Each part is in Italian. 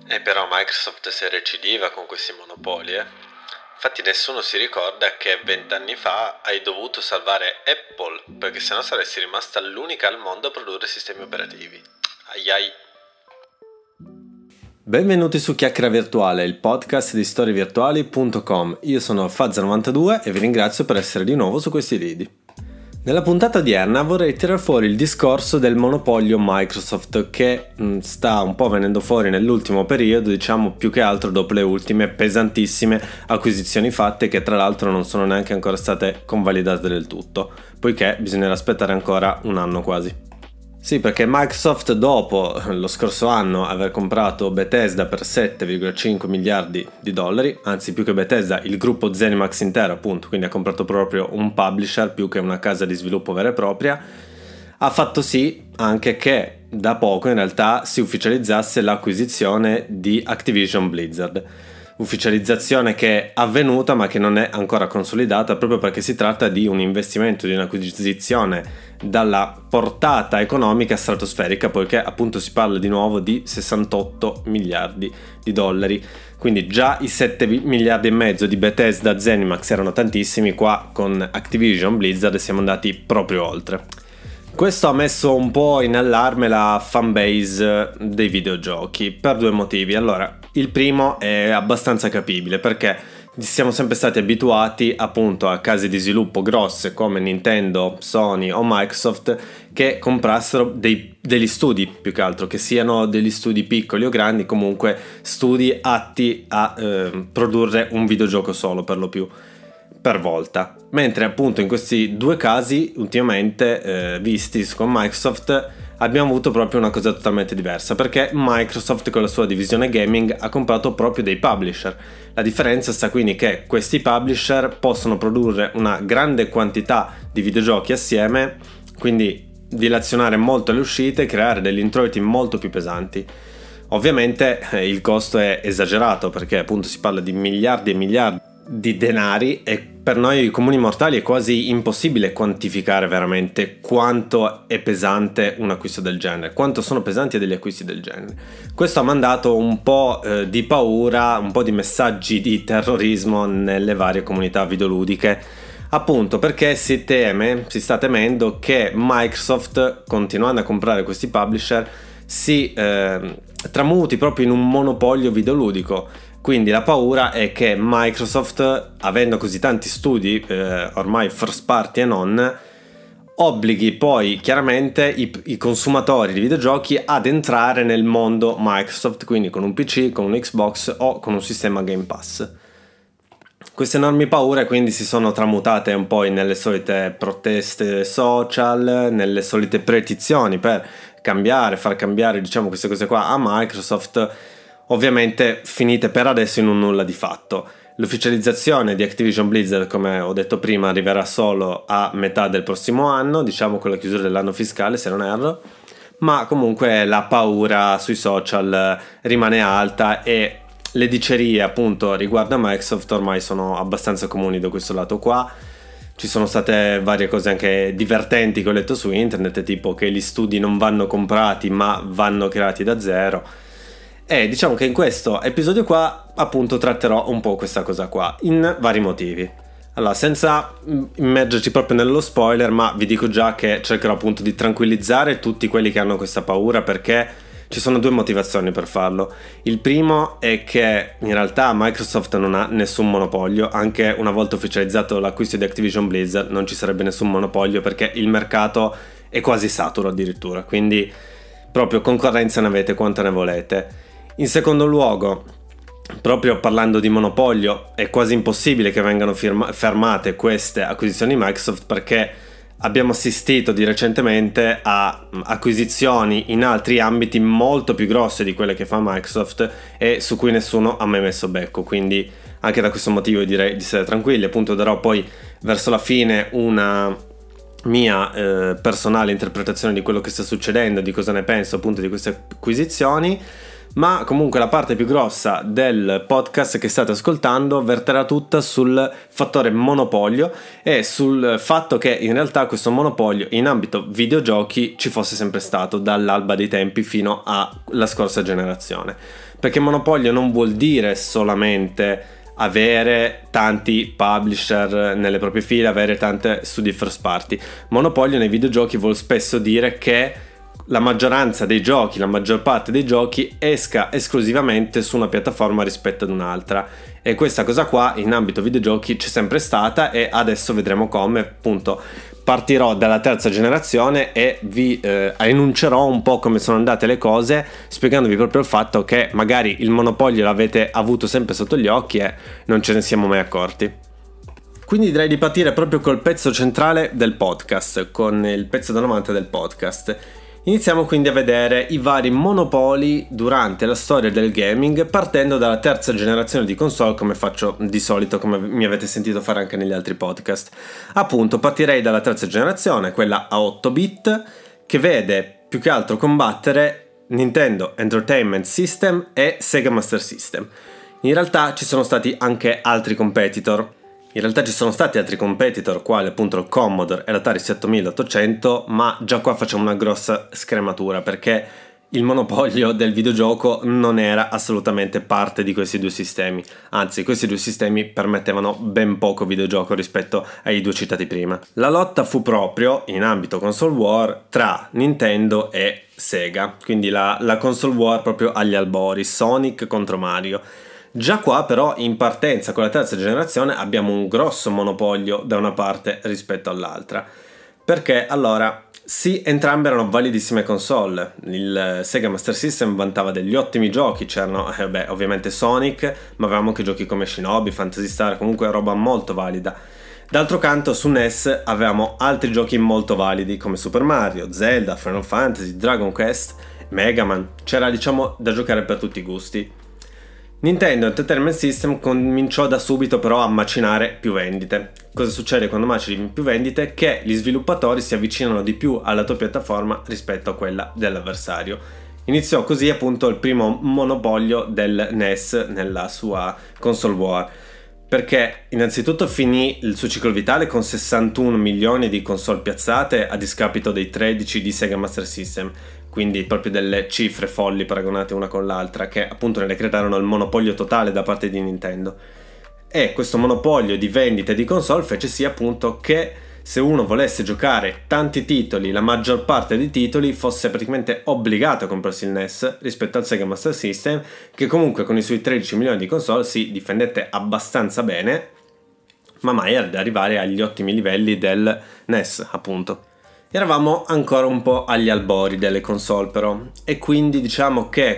E però Microsoft si è recidiva con questi monopoli, Infatti nessuno si ricorda che 20 anni fa hai dovuto salvare Apple, perché sennò saresti rimasta l'unica al mondo a produrre sistemi operativi. Ai ai. Benvenuti su Chiacchiera Virtuale, il podcast di storievirtuali.com. Io sono Fazza92 e vi ringrazio per essere di nuovo su questi lidi. Nella puntata odierna vorrei tirare fuori il discorso del monopolio Microsoft che sta un po' venendo fuori nell'ultimo periodo, diciamo più che altro dopo le ultime pesantissime acquisizioni fatte che tra l'altro non sono neanche ancora state convalidate del tutto, poiché bisognerà aspettare ancora un anno quasi. Sì, perché Microsoft dopo lo scorso anno aver comprato Bethesda per 7,5 miliardi di dollari, anzi più che Bethesda il gruppo ZeniMax intero appunto, quindi ha comprato proprio un publisher più che una casa di sviluppo vera e propria, ha fatto sì anche che da poco in realtà si ufficializzasse l'acquisizione di Activision Blizzard. Ufficializzazione che è avvenuta ma che non è ancora consolidata proprio perché si tratta di un investimento, di un'acquisizione dalla portata economica stratosferica, poiché appunto si parla di nuovo di 68 miliardi di dollari, quindi già i 7 miliardi e mezzo di Bethesda ZeniMax erano tantissimi, qua con Activision Blizzard siamo andati proprio oltre. Questo ha messo un po' in allarme la fanbase dei videogiochi per due motivi. Allora, il primo è abbastanza capibile perché siamo sempre stati abituati appunto a case di sviluppo grosse come Nintendo, Sony o Microsoft che comprassero degli studi, più che altro, che siano degli studi piccoli o grandi, comunque studi atti a produrre un videogioco solo per lo più per volta, mentre appunto in questi due casi ultimamente visti con Microsoft abbiamo avuto proprio una cosa totalmente diversa, perché Microsoft con la sua divisione gaming ha comprato proprio dei publisher. La differenza sta quindi che questi publisher possono produrre una grande quantità di videogiochi assieme, quindi dilazionare molto le uscite e creare degli introiti molto più pesanti. Ovviamente il costo è esagerato perché appunto si parla di miliardi e miliardi di denari e per noi comuni mortali è quasi impossibile quantificare veramente quanto è pesante un acquisto del genere, quanto sono pesanti degli acquisti del genere. Questo ha mandato un po' di paura, un po' di messaggi di terrorismo nelle varie comunità videoludiche, appunto perché si sta temendo che Microsoft, continuando a comprare questi publisher, si tramuti proprio in un monopolio videoludico. Quindi la paura è che Microsoft, avendo così tanti studi, ormai first party e non, obblighi poi chiaramente i consumatori di videogiochi ad entrare nel mondo Microsoft, quindi con un PC, con un Xbox o con un sistema Game Pass. Queste enormi paure quindi si sono tramutate un po' nelle solite proteste social, nelle solite petizioni per far cambiare diciamo queste cose qua a Microsoft, ovviamente finite per adesso in un nulla di fatto. L'ufficializzazione di Activision Blizzard, come ho detto prima, arriverà solo a metà del prossimo anno, diciamo con la chiusura dell'anno fiscale se non erro, ma comunque la paura sui social rimane alta e le dicerie appunto riguardo a Microsoft ormai sono abbastanza comuni da questo lato qua. Ci sono state varie cose anche divertenti che ho letto su internet, tipo che gli studi non vanno comprati ma vanno creati da zero. E diciamo che in questo episodio qua appunto tratterò un po' questa cosa qua in vari motivi. Allora, senza immergerci proprio nello spoiler, ma vi dico già che cercherò appunto di tranquillizzare tutti quelli che hanno questa paura, perché ci sono due motivazioni per farlo. Il primo è che in realtà Microsoft non ha nessun monopolio, anche una volta ufficializzato l'acquisto di Activision Blizzard non ci sarebbe nessun monopolio perché il mercato è quasi saturo addirittura, quindi proprio concorrenza ne avete quanta ne volete. In secondo luogo, proprio parlando di monopolio, è quasi impossibile che vengano fermate queste acquisizioni Microsoft perché abbiamo assistito di recentemente a acquisizioni in altri ambiti molto più grosse di quelle che fa Microsoft e su cui nessuno ha mai messo becco, quindi anche da questo motivo direi di stare tranquilli. Appunto darò poi verso la fine una mia personale interpretazione di quello che sta succedendo, di cosa ne penso appunto di queste acquisizioni. ma comunque la parte più grossa del podcast che state ascoltando verterà tutta sul fattore monopolio e sul fatto che in realtà questo monopolio in ambito videogiochi ci fosse sempre stato dall'alba dei tempi fino alla scorsa generazione, perché monopolio non vuol dire solamente avere tanti publisher nelle proprie file, avere tante studi first party. Monopolio nei videogiochi vuol spesso dire che la maggioranza dei giochi, la maggior parte dei giochi esca esclusivamente su una piattaforma rispetto ad un'altra, e questa cosa qua in ambito videogiochi c'è sempre stata e adesso vedremo come. Appunto partirò dalla terza generazione e vi enuncerò un po' come sono andate le cose, spiegandovi proprio il fatto che magari il monopolio l'avete avuto sempre sotto gli occhi e non ce ne siamo mai accorti. Quindi direi di partire proprio col pezzo centrale del podcast, con il pezzo da 90 del podcast. Iniziamo quindi a vedere i vari monopoli durante la storia del gaming, partendo dalla terza generazione di console, come faccio di solito, come mi avete sentito fare anche negli altri podcast. Appunto, partirei dalla terza generazione, quella a 8 bit, che vede più che altro combattere Nintendo Entertainment System e Sega Master System. In realtà ci sono stati anche altri competitor. Quali appunto il Commodore e l'Atari 7800, ma già qua facciamo una grossa scrematura, perché il monopolio del videogioco non era assolutamente parte di questi due sistemi, anzi questi due sistemi permettevano ben poco videogioco rispetto ai due citati prima. La lotta fu proprio in ambito console war tra Nintendo e Sega, quindi la console war proprio agli albori, Sonic contro Mario. Già qua però in partenza con la terza generazione abbiamo un grosso monopolio da una parte rispetto all'altra, perché allora sì, entrambe erano validissime console. Il Sega Master System vantava degli ottimi giochi, c'erano ovviamente Sonic, ma avevamo anche giochi come Shinobi, Phantasy Star, comunque roba molto valida. D'altro canto su NES avevamo altri giochi molto validi come Super Mario, Zelda, Final Fantasy, Dragon Quest, Mega Man, c'era diciamo da giocare per tutti i gusti. Nintendo Entertainment System cominciò da subito però a macinare più vendite. Cosa succede quando macini più vendite? Che gli sviluppatori si avvicinano di più alla tua piattaforma rispetto a quella dell'avversario. Iniziò così appunto il primo monopolio del NES nella sua console war, perché innanzitutto finì il suo ciclo vitale con 61 milioni di console piazzate a discapito dei 13 di Sega Master System, quindi proprio delle cifre folli paragonate una con l'altra, che appunto ne decretarono il monopolio totale da parte di Nintendo. E questo monopolio di vendite di console fece sì appunto che se uno volesse giocare tanti titoli, la maggior parte dei titoli, fosse praticamente obbligato a comprarsi il NES rispetto al Sega Master System, che comunque con i suoi 13 milioni di console si difendette abbastanza bene, ma mai ad arrivare agli ottimi livelli del NES appunto. Eravamo ancora un po' agli albori delle console però, e quindi diciamo che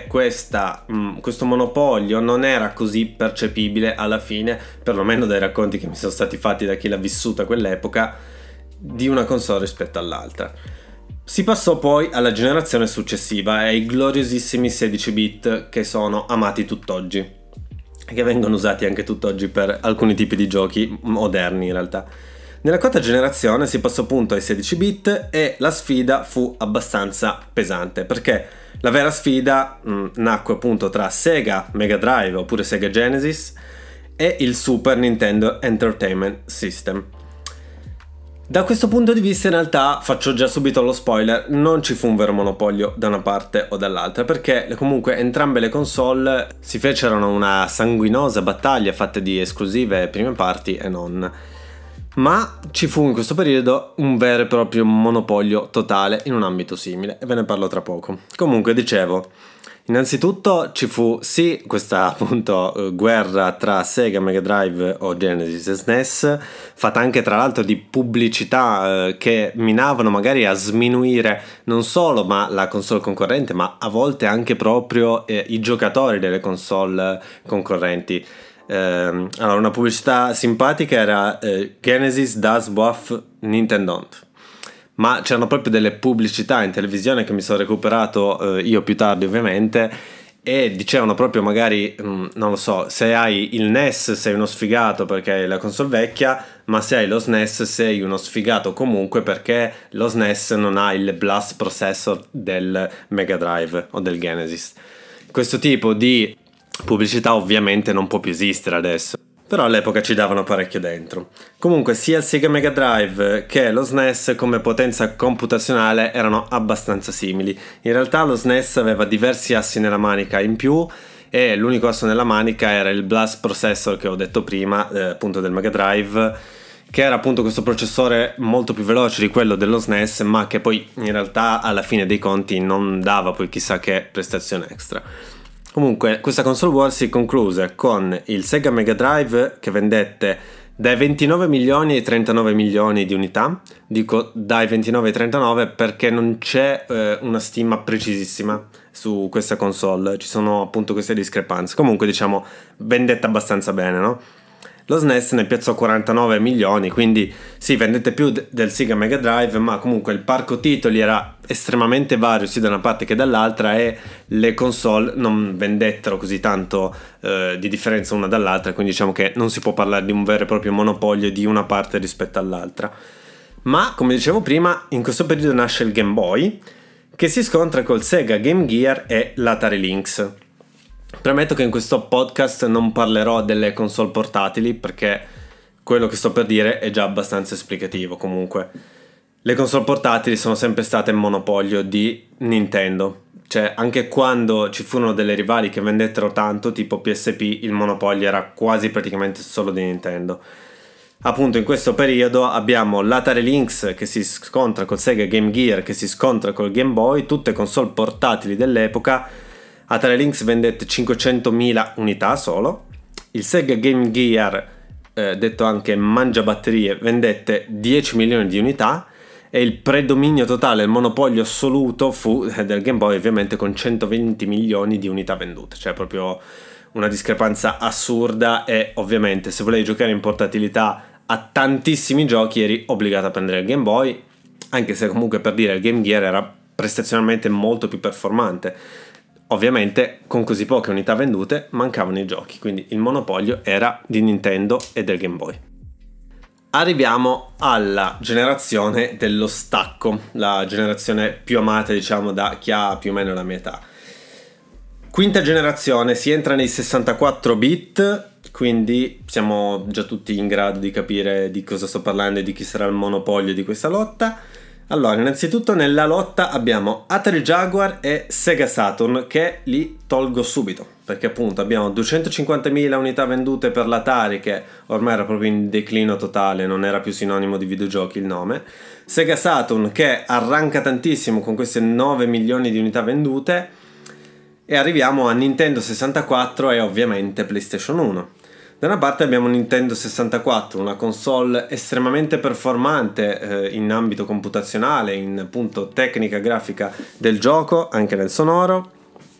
questo monopolio non era così percepibile alla fine, perlomeno dai racconti che mi sono stati fatti da chi l'ha vissuta quell'epoca, di una console rispetto all'altra. Si passò poi alla generazione successiva e ai gloriosissimi 16 bit che sono amati tutt'oggi, che vengono usati anche tutt'oggi per alcuni tipi di giochi moderni in realtà. Nella quarta generazione si passò appunto ai 16 bit e la sfida fu abbastanza pesante, perché la vera sfida nacque appunto tra Sega Mega Drive oppure Sega Genesis e il Super Nintendo Entertainment System. Da questo punto di vista in realtà faccio già subito lo spoiler, non ci fu un vero monopolio da una parte o dall'altra, perché comunque entrambe le console si fecero una sanguinosa battaglia fatta di esclusive prime parti e non. Ma ci fu in questo periodo un vero e proprio monopolio totale in un ambito simile, e ve ne parlo tra poco. Comunque dicevo, innanzitutto ci fu sì questa appunto guerra tra Sega, Mega Drive o Genesis e SNES, fatta anche tra l'altro di pubblicità che minavano magari a sminuire non solo ma la console concorrente, ma a volte anche proprio i giocatori delle console concorrenti. Allora, una pubblicità simpatica era Genesis does both, Nintendo don't. Ma c'erano proprio delle pubblicità in televisione che mi sono recuperato io più tardi ovviamente, e dicevano proprio magari non lo so, se hai il NES sei uno sfigato perché hai la console vecchia, ma se hai lo SNES sei uno sfigato comunque perché lo SNES non ha il blast processor del Mega Drive o del Genesis. Questo tipo di pubblicità ovviamente non può più esistere adesso, però all'epoca ci davano parecchio dentro. Comunque sia il Sega Mega Drive che lo SNES come potenza computazionale erano abbastanza simili. In realtà lo SNES aveva diversi assi nella manica in più e l'unico asso nella manica era il Blast Processor che ho detto prima, appunto del Mega Drive, che era appunto questo processore molto più veloce di quello dello SNES, ma che poi in realtà alla fine dei conti non dava poi chissà che prestazione extra. Comunque questa console war si concluse con il Sega Mega Drive che vendette dai 29 milioni ai 39 milioni di unità. Dico dai 29 ai 39 perché non c'è una stima precisissima su questa console, ci sono appunto queste discrepanze. Comunque diciamo vendette abbastanza bene, no? Lo SNES ne piazzò 49 milioni, quindi sì, vendette più del Sega Mega Drive, ma comunque il parco titoli era estremamente vario sia da una parte che dall'altra e le console non vendettero così tanto di differenza una dall'altra, quindi diciamo che non si può parlare di un vero e proprio monopolio di una parte rispetto all'altra. Ma, come dicevo prima, in questo periodo nasce il Game Boy, che si scontra col Sega Game Gear e l'Atari Lynx. Premetto che in questo podcast non parlerò delle console portatili perché quello che sto per dire è già abbastanza esplicativo. Comunque le console portatili sono sempre state il monopolio di Nintendo, cioè anche quando ci furono delle rivali che vendettero tanto tipo PSP, il monopolio era quasi praticamente solo di Nintendo. Appunto in questo periodo abbiamo l'Atari Lynx che si scontra col Sega Game Gear che si scontra col Game Boy, tutte console portatili dell'epoca. Atari Lynx vendette 500.000 unità solo, il Sega Game Gear, detto anche mangiabatterie, vendette 10 milioni di unità e il predominio totale, il monopolio assoluto fu del Game Boy ovviamente con 120 milioni di unità vendute, cioè proprio una discrepanza assurda e ovviamente se volevi giocare in portatilità a tantissimi giochi eri obbligato a prendere il Game Boy, anche se comunque per dire il Game Gear era prestazionalmente molto più performante. Ovviamente con così poche unità vendute mancavano i giochi, quindi il monopolio era di Nintendo e del Game Boy. Arriviamo alla generazione dello stacco, la generazione più amata diciamo da chi ha più o meno la mia età. Quinta generazione, si entra nei 64 bit, quindi siamo già tutti in grado di capire di cosa sto parlando e di chi sarà il monopolio di questa lotta. Allora, innanzitutto nella lotta abbiamo Atari Jaguar e Sega Saturn che li tolgo subito, perché appunto abbiamo 250.000 unità vendute per l'Atari che ormai era proprio in declino totale, non era più sinonimo di videogiochi il nome. Sega Saturn che arranca tantissimo con queste 9 milioni di unità vendute e arriviamo a Nintendo 64 e ovviamente PlayStation 1. Da una parte abbiamo Nintendo 64, una console estremamente performante in ambito computazionale, in appunto tecnica grafica del gioco, anche nel sonoro,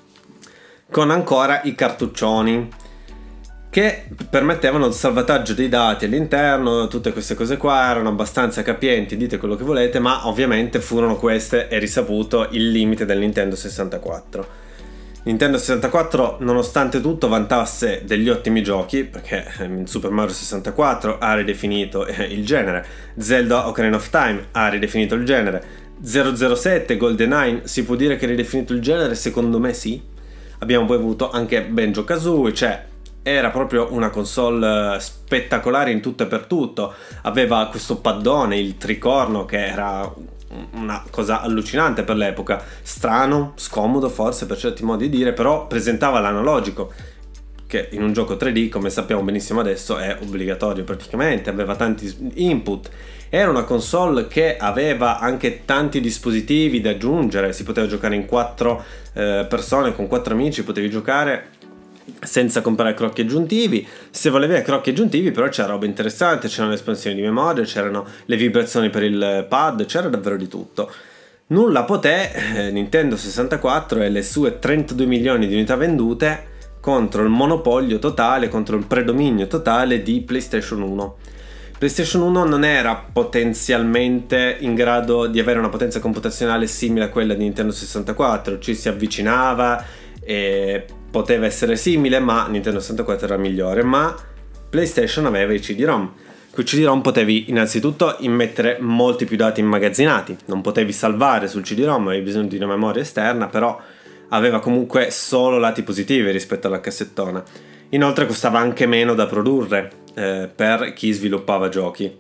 con ancora i cartuccioni che permettevano il salvataggio dei dati all'interno, tutte queste cose qua erano abbastanza capienti, dite quello che volete, ma ovviamente furono queste, è risaputo, il limite del Nintendo 64. Nintendo 64 nonostante tutto vantasse degli ottimi giochi perché Super Mario 64 ha ridefinito il genere, Zelda Ocarina of Time ha ridefinito il genere, 007 GoldenEye si può dire che ha ridefinito il genere? Secondo me sì. Abbiamo poi avuto anche Banjo-Kazooie, cioè era proprio una console spettacolare in tutto e per tutto, aveva questo paddone, il tricorno che era una cosa allucinante per l'epoca, strano, scomodo forse per certi modi di dire, però presentava l'analogico che in un gioco 3D come sappiamo benissimo adesso è obbligatorio praticamente, aveva tanti input, era una console che aveva anche tanti dispositivi da aggiungere, si poteva giocare in 4 persone, con 4 amici potevi giocare senza comprare crocchi aggiuntivi. Se volevi crocchi aggiuntivi però c'era roba interessante, c'erano le espansioni di memoria, c'erano le vibrazioni per il pad, c'era davvero di tutto. Nulla poté Nintendo 64 e le sue 32 milioni di unità vendute contro il monopolio totale, contro il predominio totale di PlayStation 1. PlayStation 1 non era potenzialmente in grado di avere una potenza computazionale simile a quella di Nintendo 64, ci si avvicinava e poteva essere simile, ma Nintendo 64 era migliore, ma PlayStation aveva i CD-ROM. Con i CD-ROM potevi innanzitutto immettere molti più dati immagazzinati, non potevi salvare sul CD-ROM, avevi bisogno di una memoria esterna, però aveva comunque solo lati positivi rispetto alla cassettona. Inoltre costava anche meno da produrre per chi sviluppava giochi.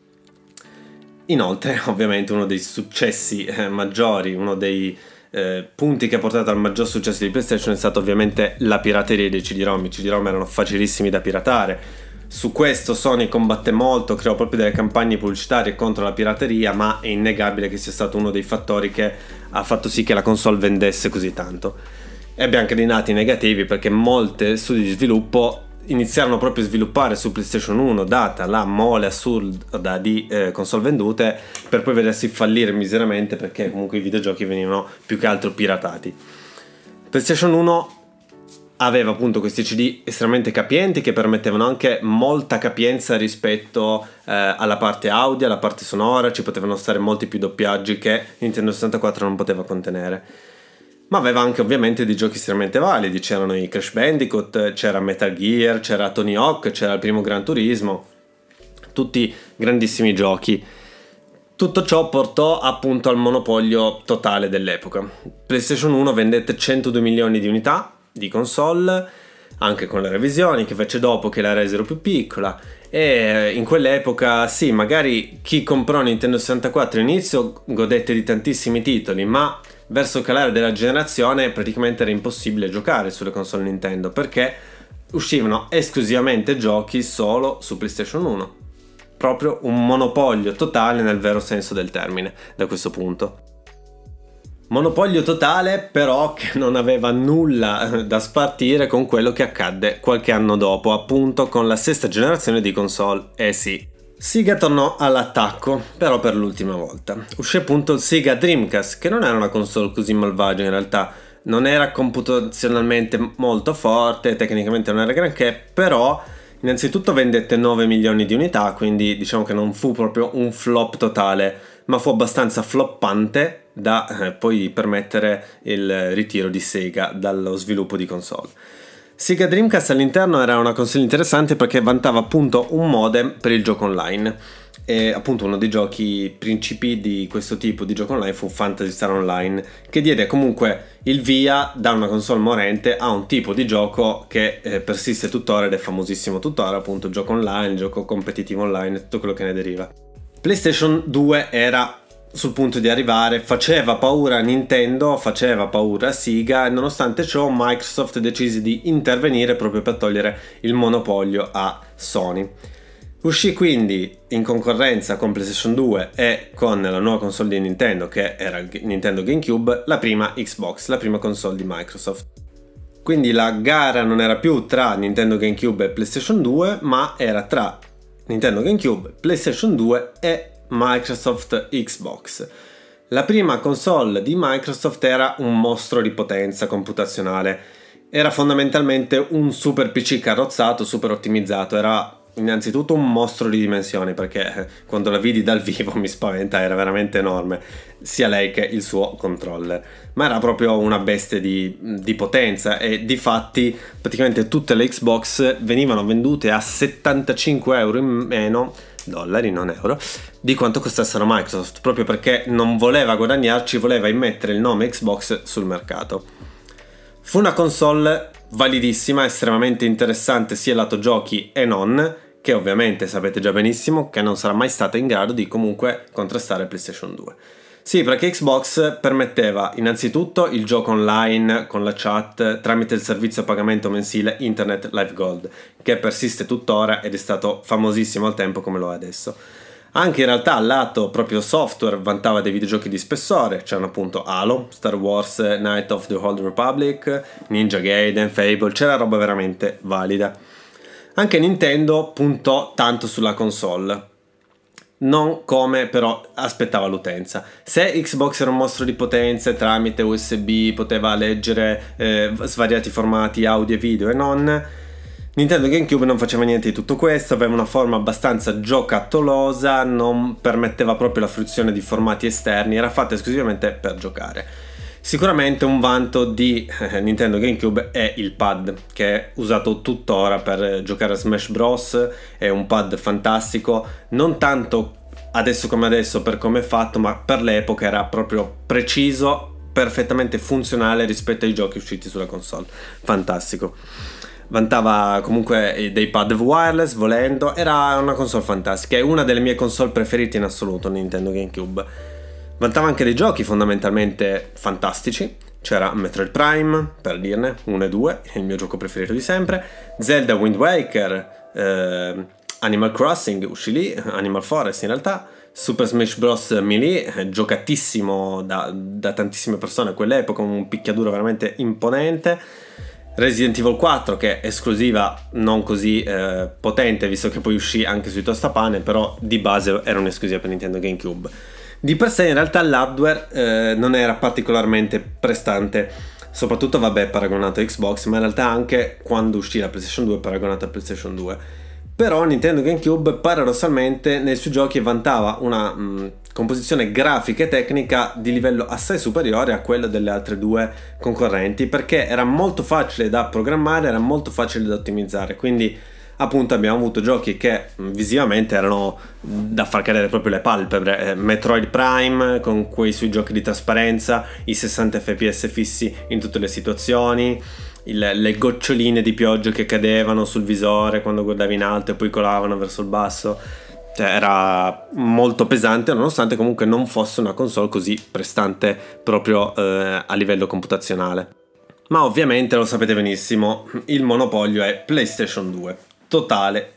Inoltre, ovviamente, uno dei successi maggiori, uno dei punti che ha portato al maggior successo di PlayStation è stata ovviamente la pirateria dei CD-ROM. I CD-ROM erano facilissimi da piratare. Su questo Sony combatte molto, creò proprio delle campagne pubblicitarie contro la pirateria, ma è innegabile che sia stato uno dei fattori che ha fatto sì che la console vendesse così tanto. Ebbe anche dei lati negativi, perché molte studi di sviluppo iniziarono proprio a sviluppare su PlayStation 1 data la mole assurda di console vendute, per poi vedersi fallire miseramente, perché comunque i videogiochi venivano più che altro piratati. PlayStation 1 aveva appunto questi CD estremamente capienti che permettevano anche molta capienza rispetto alla parte audio, alla parte sonora, ci potevano stare molti più doppiaggi che Nintendo 64 non poteva contenere. Ma aveva anche ovviamente dei giochi estremamente validi, c'erano i Crash Bandicoot, c'era Metal Gear, c'era Tony Hawk, c'era il primo Gran Turismo, tutti grandissimi giochi. Tutto ciò portò appunto al monopolio totale dell'epoca. PlayStation 1 vendette 102 milioni di unità di console, anche con le revisioni che fece dopo, che la resero più piccola. E in quell'epoca sì, magari chi comprò Nintendo 64 all'inizio godette di tantissimi titoli, ma verso il calare della generazione praticamente era impossibile giocare sulle console Nintendo, perché uscivano esclusivamente giochi solo su PlayStation 1. Proprio un monopolio totale nel vero senso del termine, da questo punto. Monopolio totale però che non aveva nulla da spartire con quello che accadde qualche anno dopo, appunto con la sesta generazione di console. Sì, Sega tornò all'attacco, però per l'ultima volta. Uscì appunto il Sega Dreamcast, che non era una console così malvagia in realtà, non era computazionalmente molto forte, tecnicamente non era granché, però innanzitutto vendette 9 milioni di unità, quindi diciamo che non fu proprio un flop totale, ma fu abbastanza floppante da poi permettere il ritiro di Sega dallo sviluppo di console. Sega Dreamcast all'interno era una console interessante perché vantava appunto un modem per il gioco online, e appunto uno dei giochi principi di questo tipo di gioco online fu Phantasy Star Online, che diede comunque il via da una console morente a un tipo di gioco che persiste tuttora ed è famosissimo tuttora, appunto gioco online, gioco competitivo online, tutto quello che ne deriva. PlayStation 2 era sul punto di arrivare, faceva paura a Nintendo, faceva paura a Sega, e nonostante ciò Microsoft decise di intervenire proprio per togliere il monopolio a Sony. Uscì quindi in concorrenza con PlayStation 2 e con la nuova console di Nintendo, che era il Nintendo GameCube, la prima Xbox, la prima console di Microsoft. Quindi la gara non era più tra Nintendo GameCube e PlayStation 2, ma era tra Nintendo GameCube, PlayStation 2 e Microsoft Xbox. La prima console di Microsoft era un mostro di potenza computazionale, era fondamentalmente un super PC carrozzato, super ottimizzato, era innanzitutto un mostro di dimensioni, perché quando la vidi dal vivo mi spaventa, era veramente enorme, sia lei che il suo controller, ma era proprio una bestia di potenza, e difatti praticamente tutte le Xbox venivano vendute a 75 euro in meno, dollari non euro, di quanto costassero Microsoft, proprio perché non voleva guadagnarci, voleva immettere il nome Xbox sul mercato. Fu una console validissima, estremamente interessante sia lato giochi e non, che ovviamente sapete già benissimo che non sarà mai stata in grado di comunque contrastare PlayStation 2. Sì, perché Xbox permetteva innanzitutto il gioco online con la chat tramite il servizio a pagamento mensile Internet Live Gold, che persiste tuttora ed è stato famosissimo al tempo come lo è adesso. Anche in realtà al lato proprio software vantava dei videogiochi di spessore, c'erano appunto Halo, Star Wars Knight of the Old Republic, Ninja Gaiden, Fable, c'era roba veramente valida. Anche Nintendo puntò tanto sulla console, non come però aspettava l'utenza. Se Xbox era un mostro di potenza, tramite USB poteva leggere svariati formati audio e video e non, Nintendo GameCube non faceva niente di tutto questo, aveva una forma abbastanza giocattolosa, non permetteva proprio la fruizione di formati esterni, era fatta esclusivamente per giocare. Sicuramente un vanto di Nintendo GameCube è il pad, che è usato tuttora per giocare a Smash Bros, è un pad fantastico, non tanto adesso come adesso per come è fatto, ma per l'epoca era proprio preciso, perfettamente funzionale rispetto ai giochi usciti sulla console. Fantastico. Vantava comunque dei pad wireless, volendo, era una console fantastica, è una delle mie console preferite in assoluto, Nintendo GameCube. Vantava anche dei giochi fondamentalmente fantastici, c'era Metroid Prime, per dirne, 1 e 2, è il mio gioco preferito di sempre, Zelda Wind Waker, Animal Crossing uscì lì, Animal Forest in realtà, Super Smash Bros. Melee, giocatissimo da tantissime persone a quell'epoca, un picchiaduro veramente imponente, Resident Evil 4 che è esclusiva non così potente, visto che poi uscì anche sui tostapane, però di base era un'esclusiva per Nintendo GameCube. Di per sé in realtà l'hardware non era particolarmente prestante, soprattutto paragonato a Xbox, ma in realtà anche quando uscì la PlayStation 2 paragonato a PlayStation 2. Però Nintendo GameCube paradossalmente nei suoi giochi vantava una composizione grafica e tecnica di livello assai superiore a quello delle altre due concorrenti, perché era molto facile da programmare, era molto facile da ottimizzare, quindi appunto abbiamo avuto giochi che visivamente erano da far cadere proprio le palpebre. Metroid Prime con quei suoi giochi di trasparenza, i 60 fps fissi in tutte le situazioni, le goccioline di pioggia che cadevano sul visore quando guardavi in alto e poi colavano verso il basso. Cioè era molto pesante, nonostante comunque non fosse una console così prestante proprio a livello computazionale. Ma ovviamente lo sapete benissimo, il monopolio è PlayStation 2. Totale.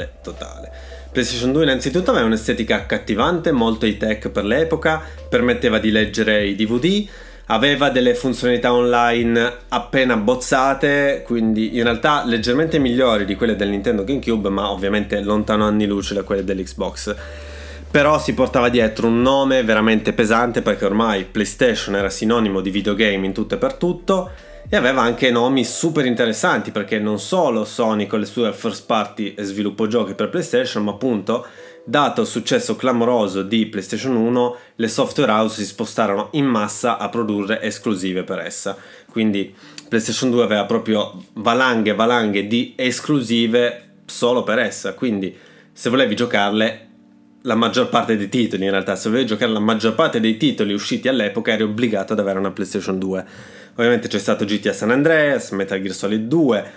PlayStation 2 innanzitutto aveva un'estetica accattivante, molto high-tech per l'epoca, permetteva di leggere i DVD, aveva delle funzionalità online appena bozzate, quindi in realtà leggermente migliori di quelle del Nintendo GameCube, ma ovviamente lontano anni luce da quelle dell'Xbox. Però si portava dietro un nome veramente pesante, perché ormai PlayStation era sinonimo di videogame in tutto e per tutto, e aveva anche nomi super interessanti, perché non solo Sony con le sue first party sviluppò giochi per PlayStation, ma appunto, dato il successo clamoroso di PlayStation 1, le software house si spostarono in massa a produrre esclusive per essa. Quindi PlayStation 2 aveva proprio valanghe di esclusive solo per essa, quindi se volevi giocarle la maggior parte dei titoli, in realtà se volevi giocare la maggior parte dei titoli usciti all'epoca eri obbligato ad avere una PlayStation 2. Ovviamente c'è stato GTA San Andreas, Metal Gear Solid 2,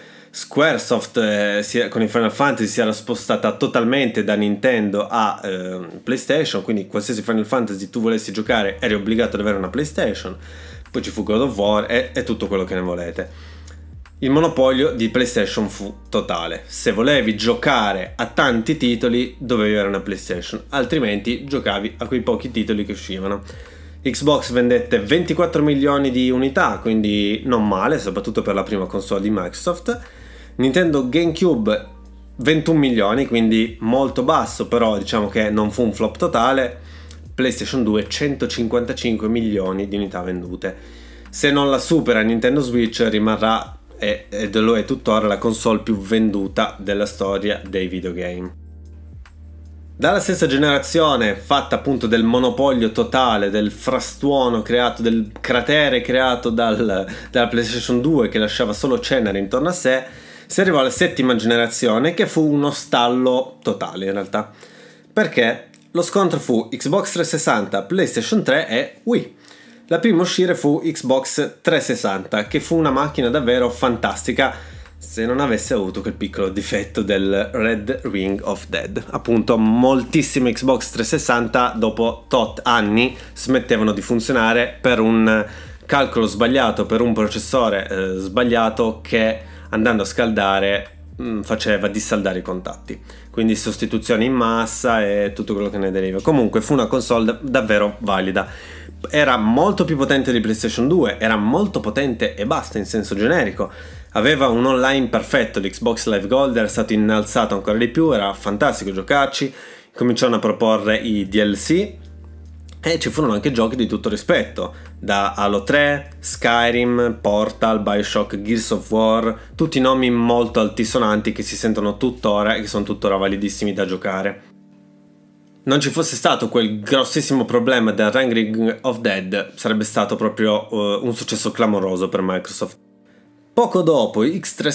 Squaresoft con i Final Fantasy si era spostata totalmente da Nintendo a PlayStation, quindi qualsiasi Final Fantasy tu volessi giocare eri obbligato ad avere una PlayStation. Poi ci fu God of War e tutto quello che ne volete. Il monopolio di PlayStation fu totale. Se volevi giocare a tanti titoli dovevi avere una PlayStation, altrimenti giocavi a quei pochi titoli che uscivano. Xbox vendette 24 milioni di unità, quindi non male, soprattutto per la prima console di Microsoft. Nintendo GameCube 21 milioni, quindi molto basso, però diciamo che non fu un flop totale. PlayStation 2 155 milioni di unità vendute. Se non la supera Nintendo Switch rimarrà ed lo è tuttora la console più venduta della storia dei videogame. Dalla stessa generazione, fatta appunto del monopolio totale, del frastuono creato, del cratere creato dalla PlayStation 2 che lasciava solo cenere intorno a sé, si arrivò alla settima generazione, che fu uno stallo totale in realtà, perché lo scontro fu Xbox 360, PlayStation 3 e Wii. La prima a uscire fu Xbox 360, che fu una macchina davvero fantastica, se non avesse avuto quel piccolo difetto del Red Ring of Death. Appunto, moltissime Xbox 360 dopo tot anni smettevano di funzionare per un calcolo sbagliato, per un processore sbagliato che andando a scaldare faceva dissaldare i contatti, quindi sostituzioni in massa e tutto quello che ne deriva. Comunque fu una console davvero valida, era molto più potente di PlayStation 2, era molto potente e basta in senso generico, aveva un online perfetto, l'Xbox Live Gold era stato innalzato ancora di più, era fantastico giocarci, cominciarono a proporre i DLC e ci furono anche giochi di tutto rispetto, da Halo 3, Skyrim, Portal, Bioshock, Gears of War, tutti nomi molto altisonanti che si sentono tuttora e che sono tuttora validissimi da giocare. Non ci fosse stato quel grossissimo problema del Ring of Death, sarebbe stato proprio un successo clamoroso per Microsoft. Poco dopo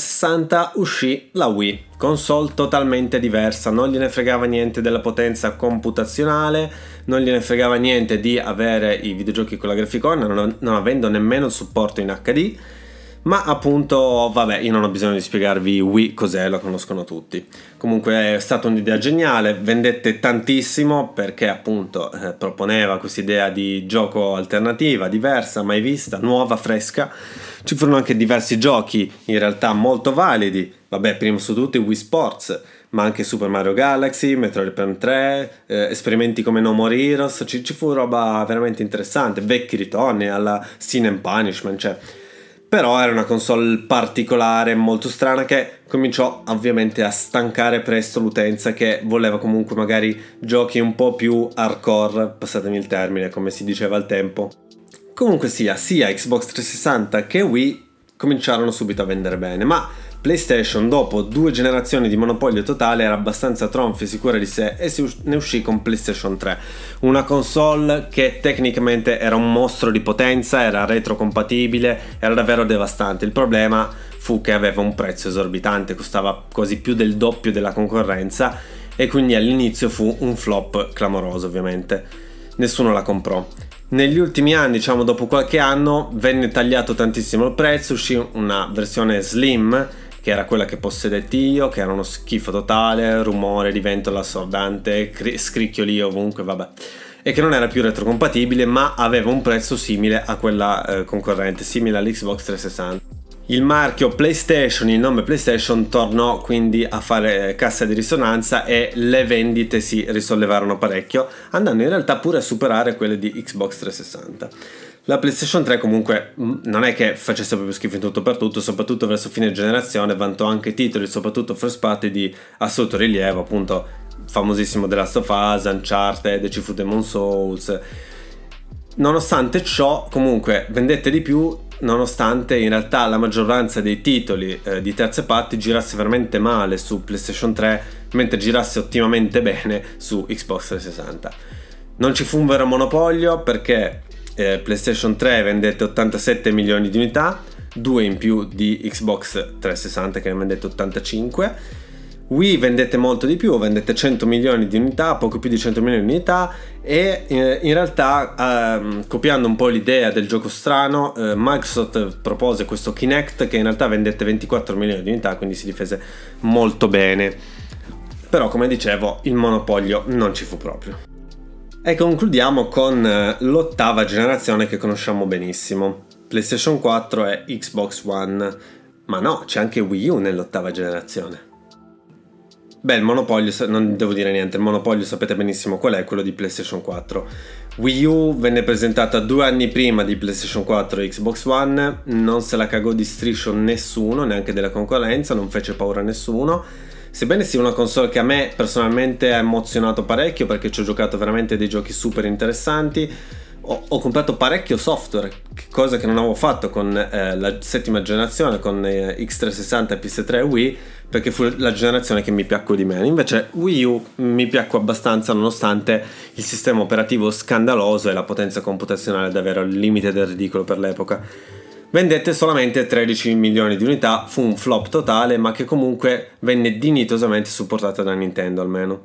X360 uscì la Wii, console totalmente diversa, non gliene fregava niente della potenza computazionale, non gliene fregava niente di avere i videogiochi con la graficona, non avendo nemmeno il supporto in HD, ma appunto, vabbè, io non ho bisogno di spiegarvi Wii cos'è, lo conoscono tutti. Comunque è stata un'idea geniale, vendette tantissimo perché appunto proponeva quest'idea di gioco alternativa, diversa, mai vista, nuova, fresca. Ci furono anche diversi giochi in realtà molto validi, vabbè, prima su tutti Wii Sports, ma anche Super Mario Galaxy, Metroid Prime 3, esperimenti come No More Heroes, ci fu roba veramente interessante, vecchi ritorni alla Sin and Punishment, cioè. Però era una console particolare, molto strana, che cominciò ovviamente a stancare presto l'utenza, che voleva comunque magari giochi un po' più hardcore, passatemi il termine, come si diceva al tempo. Comunque sia Xbox 360 che Wii cominciarono subito a vendere bene, ma PlayStation, dopo 2 generazioni di monopolio totale, era abbastanza tronfia e sicura di sé e ne uscì con PlayStation 3, una console che tecnicamente era un mostro di potenza, era retrocompatibile, era davvero devastante. Il problema fu che aveva un prezzo esorbitante, costava quasi più del doppio della concorrenza e quindi all'inizio fu un flop clamoroso, ovviamente. Nessuno la comprò. Negli ultimi anni, diciamo dopo qualche anno, venne tagliato tantissimo il prezzo, uscì una versione slim, che era quella che possedetti io, che era uno schifo totale, rumore di ventola assordante, scricchioli ovunque, vabbè, e che non era più retrocompatibile, ma aveva un prezzo simile a quella concorrente, simile all'Xbox 360. Il marchio PlayStation, il nome PlayStation, tornò quindi a fare cassa di risonanza e le vendite si risollevarono parecchio, andando in realtà pure a superare quelle di Xbox 360. La PlayStation 3 comunque non è che facesse proprio schifo in tutto per tutto, soprattutto verso fine generazione vantò anche titoli, soprattutto first party, di assoluto rilievo, appunto famosissimo The Last of Us, Uncharted, ci fu Demon's Souls. Nonostante ciò, comunque vendette di più, nonostante in realtà la maggioranza dei titoli di terze parti girasse veramente male su PlayStation 3, mentre girasse ottimamente bene su Xbox 360. Non ci fu un vero monopolio perché PlayStation 3 vendette 87 milioni di unità, 2 in più di Xbox 360 che ne vendette 85. Wii vendette molto di più, vendette 100 milioni di unità, poco più di 100 milioni di unità, e in realtà copiando un po' l'idea del gioco strano, Microsoft propose questo Kinect che in realtà vendette 24 milioni di unità, quindi si difese molto bene. Però, come dicevo, il monopolio non ci fu proprio. E concludiamo con l'ottava generazione che conosciamo benissimo, PlayStation 4 e Xbox One. Ma no, c'è anche Wii U nell'ottava generazione. Beh, il monopolio, non devo dire niente, il monopolio sapete benissimo qual è, quello di PlayStation 4. Wii U venne presentata 2 anni prima di PlayStation 4 e Xbox One, non se la cagò di striscio nessuno, neanche della concorrenza, non fece paura a nessuno. Sebbene sia una console che a me personalmente ha emozionato parecchio perché ci ho giocato veramente dei giochi super interessanti, ho comprato parecchio software, cosa che non avevo fatto con la settima generazione, con X360 e PS3 e Wii, perché fu la generazione che mi piacque di meno. Invece Wii U mi piacque abbastanza, nonostante il sistema operativo scandaloso e la potenza computazionale davvero al limite del ridicolo per l'epoca. Vendette solamente 13 milioni di unità, fu un flop totale, ma che comunque venne dignitosamente supportata da Nintendo almeno.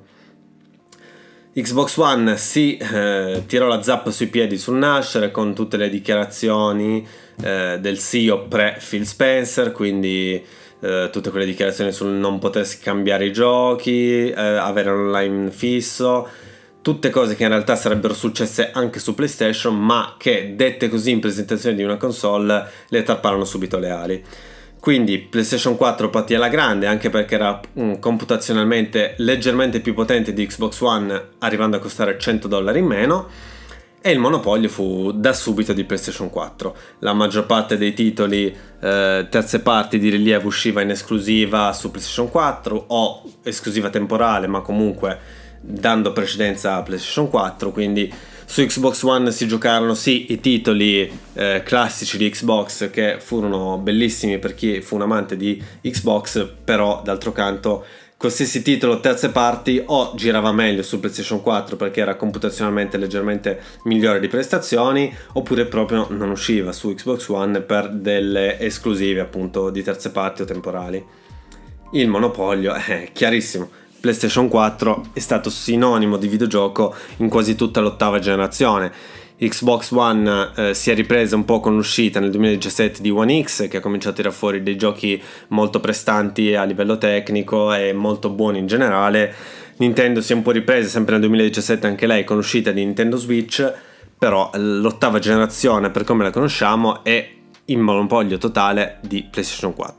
Xbox One si tirò la zappa sui piedi sul nascere con tutte le dichiarazioni del CEO pre-Phil Spencer, quindi tutte quelle dichiarazioni sul non poter scambiare i giochi, avere un online fisso, tutte cose che in realtà sarebbero successe anche su PlayStation, ma che dette così in presentazione di una console le tarparono subito le ali. Quindi PlayStation 4 partì alla grande, anche perché era computazionalmente leggermente più potente di Xbox One, arrivando a costare $100 in meno, e il monopolio fu da subito di PlayStation 4. La maggior parte dei titoli terze parti di rilievo usciva in esclusiva su PlayStation 4 o esclusiva temporale, ma comunque dando precedenza a PlayStation 4, quindi su Xbox One si giocarono sì i titoli classici di Xbox, che furono bellissimi per chi fu un amante di Xbox, però d'altro canto qualsiasi titolo terze parti o girava meglio su PlayStation 4 perché era computazionalmente leggermente migliore di prestazioni, oppure proprio non usciva su Xbox One per delle esclusive appunto di terze parti o temporali. Il monopolio è chiarissimo. PlayStation 4 è stato sinonimo di videogioco in quasi tutta l'ottava generazione. Xbox One si è ripresa un po' con l'uscita nel 2017 di One X, che ha cominciato a tirare fuori dei giochi molto prestanti a livello tecnico e molto buoni in generale. Nintendo si è un po' ripresa sempre nel 2017 anche lei con l'uscita di Nintendo Switch, però l'ottava generazione per come la conosciamo è il monopolio totale di PlayStation 4.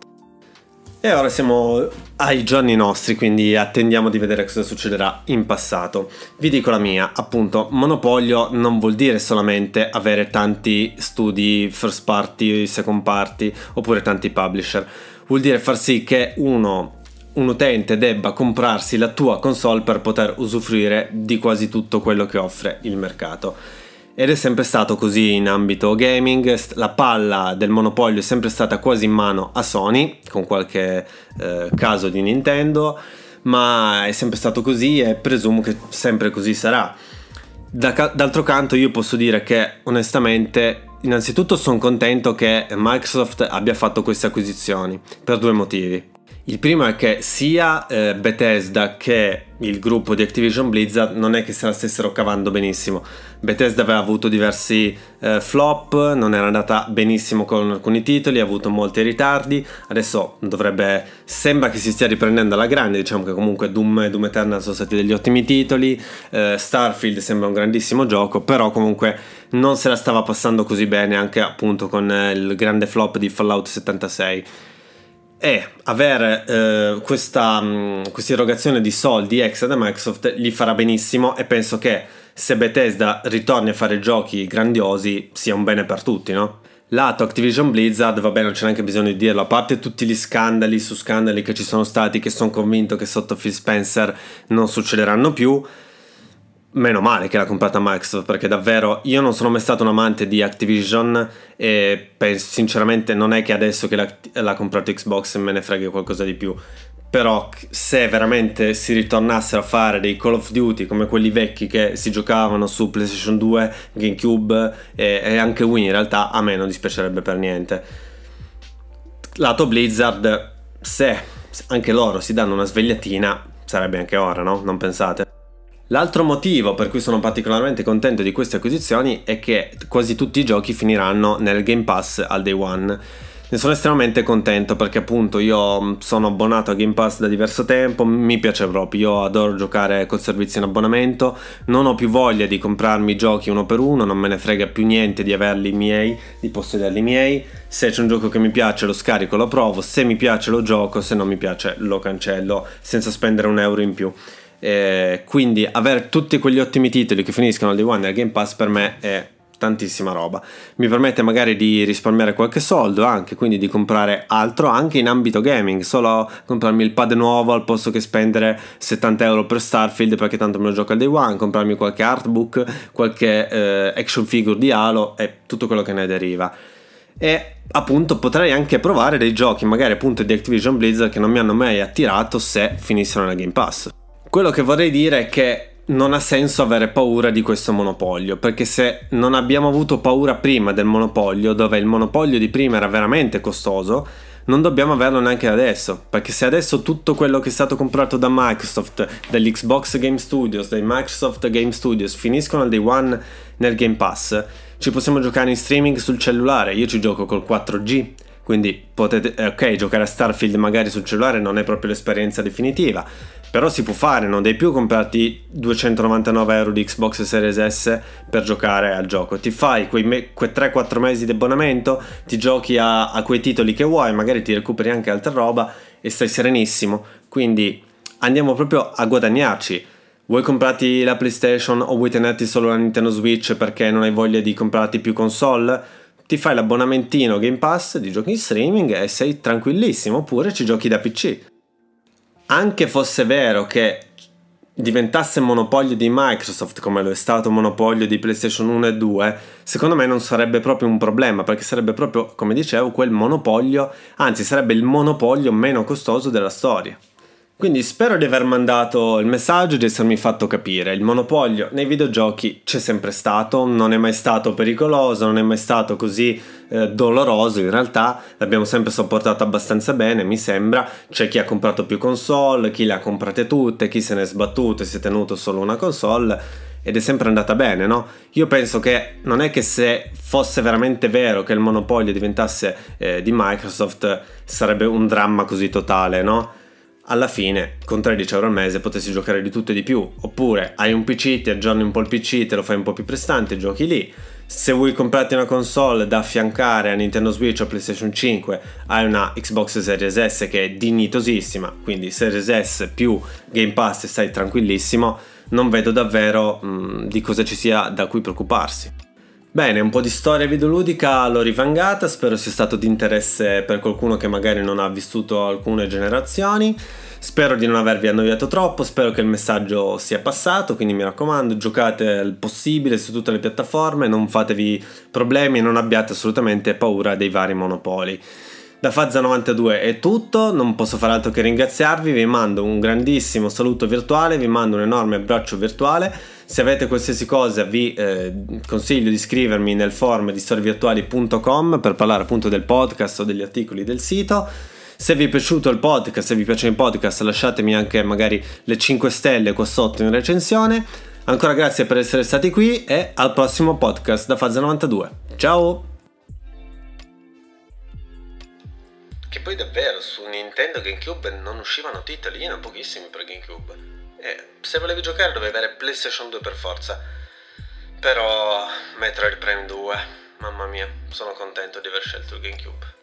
E ora siamo ai giorni nostri, quindi attendiamo di vedere cosa succederà in passato. Vi dico la mia, appunto, monopolio non vuol dire solamente avere tanti studi first party, second party, oppure tanti publisher. Vuol dire far sì che un utente debba comprarsi la tua console per poter usufruire di quasi tutto quello che offre il mercato. Ed è sempre stato così in ambito gaming. La palla del monopolio è sempre stata quasi in mano a Sony, con qualche caso di Nintendo, ma è sempre stato così e presumo che sempre così sarà. D'altro canto io posso dire che onestamente innanzitutto sono contento che Microsoft abbia fatto queste acquisizioni per due motivi. Il primo è che sia Bethesda che il gruppo di Activision Blizzard non è che se la stessero cavando benissimo. Bethesda aveva avuto diversi flop, non era andata benissimo con alcuni titoli, ha avuto molti ritardi. Adesso sembra che si stia riprendendo alla grande, diciamo che comunque Doom e Doom Eternal sono stati degli ottimi titoli, Starfield sembra un grandissimo gioco, però comunque non se la stava passando così bene anche appunto con il grande flop di Fallout 76. E avere questa erogazione di soldi extra da Microsoft gli farà benissimo, e penso che se Bethesda ritorni a fare giochi grandiosi sia un bene per tutti, no? Lato Activision Blizzard, vabbè, non c'è neanche bisogno di dirlo, a parte tutti gli scandali su scandali che ci sono stati, che sono convinto che sotto Phil Spencer non succederanno più. Meno male che l'ha comprata Microsoft, perché davvero io non sono mai stato un amante di Activision e penso, sinceramente non è che adesso che l'ha comprato Xbox me ne frega qualcosa di più. Però se veramente si ritornassero a fare dei Call of Duty come quelli vecchi che si giocavano su PlayStation 2, GameCube e anche Wii, in realtà a me non dispiacerebbe per niente. Lato Blizzard, se anche loro si danno una svegliatina sarebbe anche ora, no? Non pensate? L'altro motivo per cui sono particolarmente contento di queste acquisizioni è che quasi tutti i giochi finiranno nel Game Pass al day one. Ne sono estremamente contento perché appunto io sono abbonato a Game Pass da diverso tempo, mi piace proprio, io adoro giocare col servizio in abbonamento, non ho più voglia di comprarmi i giochi uno per uno, non me ne frega più niente di averli miei, di possederli miei. Se c'è un gioco che mi piace lo scarico, lo provo, se mi piace lo gioco, se non mi piace lo cancello senza spendere un euro in più. Quindi avere tutti quegli ottimi titoli che finiscono al day one del Game Pass per me è tantissima roba, mi permette magari di risparmiare qualche soldo, anche quindi di comprare altro anche in ambito gaming, solo comprarmi il pad nuovo al posto che spendere 70 euro per Starfield perché tanto me lo gioco al day one, comprarmi qualche artbook, qualche action figure di Halo e tutto quello che ne deriva. E appunto potrei anche provare dei giochi magari appunto di Activision Blizzard che non mi hanno mai attirato se finissero nel Game Pass. Quello che vorrei dire è che non ha senso avere paura di questo monopolio, perché se non abbiamo avuto paura prima del monopolio, dove il monopolio di prima era veramente costoso, non dobbiamo averlo neanche adesso, perché se adesso tutto quello che è stato comprato da Microsoft, dagli Xbox Game Studios, dai Microsoft Game Studios finiscono al day one nel Game Pass, ci possiamo giocare in streaming sul cellulare. Io ci gioco col 4G, quindi potete, ok, giocare a Starfield magari sul cellulare non è proprio l'esperienza definitiva, però si può fare, non devi più comprarti 299 euro di Xbox Series S per giocare al gioco, ti fai quei 3-4 mesi di abbonamento, ti giochi a quei titoli che vuoi, magari ti recuperi anche altra roba e stai serenissimo. Quindi andiamo proprio a guadagnarci. Vuoi comprarti la PlayStation o vuoi tenerti solo la Nintendo Switch perché non hai voglia di comprarti più console? Ti fai l'abbonamentino Game Pass di giochi in streaming e sei tranquillissimo, oppure ci giochi da PC. Anche fosse vero che diventasse monopolio di Microsoft come lo è stato monopolio di PlayStation 1 e 2, secondo me non sarebbe proprio un problema, perché sarebbe proprio, come dicevo, quel monopolio, anzi sarebbe il monopolio meno costoso della storia. Quindi spero di aver mandato il messaggio, di essermi fatto capire. Il monopolio nei videogiochi c'è sempre stato, non è mai stato pericoloso, non è mai stato così doloroso. In realtà l'abbiamo sempre sopportato abbastanza bene, mi sembra. C'è chi ha comprato più console, chi le ha comprate tutte, chi se ne è sbattuto e si è tenuto solo una console ed è sempre andata bene, no? Io penso che non è che se fosse veramente vero che il monopolio diventasse di Microsoft sarebbe un dramma così totale, no? Alla fine con 13 euro al mese potessi giocare di tutto e di più, oppure hai un PC, ti aggiorni un po' il PC, te lo fai un po' più prestante, giochi lì. Se vuoi comprarti una console da affiancare a Nintendo Switch o PlayStation 5, hai una Xbox Series S che è dignitosissima, quindi Series S più Game Pass e stai tranquillissimo. Non vedo davvero di cosa ci sia da cui preoccuparsi. Bene, un po' di storia videoludica l'ho rivangata, spero sia stato di interesse per qualcuno che magari non ha vissuto alcune generazioni. Spero di non avervi annoiato troppo, spero che il messaggio sia passato, quindi mi raccomando, giocate il possibile su tutte le piattaforme, non fatevi problemi e non abbiate assolutamente paura dei vari monopoli. Da Fazza92 è tutto, non posso fare altro che ringraziarvi, vi mando un grandissimo saluto virtuale, vi mando un enorme abbraccio virtuale. Se avete qualsiasi cosa vi consiglio di iscrivermi nel forum di storievirtuali.com per parlare appunto del podcast o degli articoli del sito. Se vi è piaciuto il podcast, se vi piace il podcast, lasciatemi anche magari le 5 stelle qua sotto in recensione. Ancora grazie per essere stati qui e al prossimo podcast da Fazza92. Ciao! Che poi davvero su Nintendo GameCube non uscivano titoli, erano pochissimi per GameCube. E se volevi giocare dovevi avere PlayStation 2 per forza. Però Metroid Prime 2, mamma mia, sono contento di aver scelto il GameCube.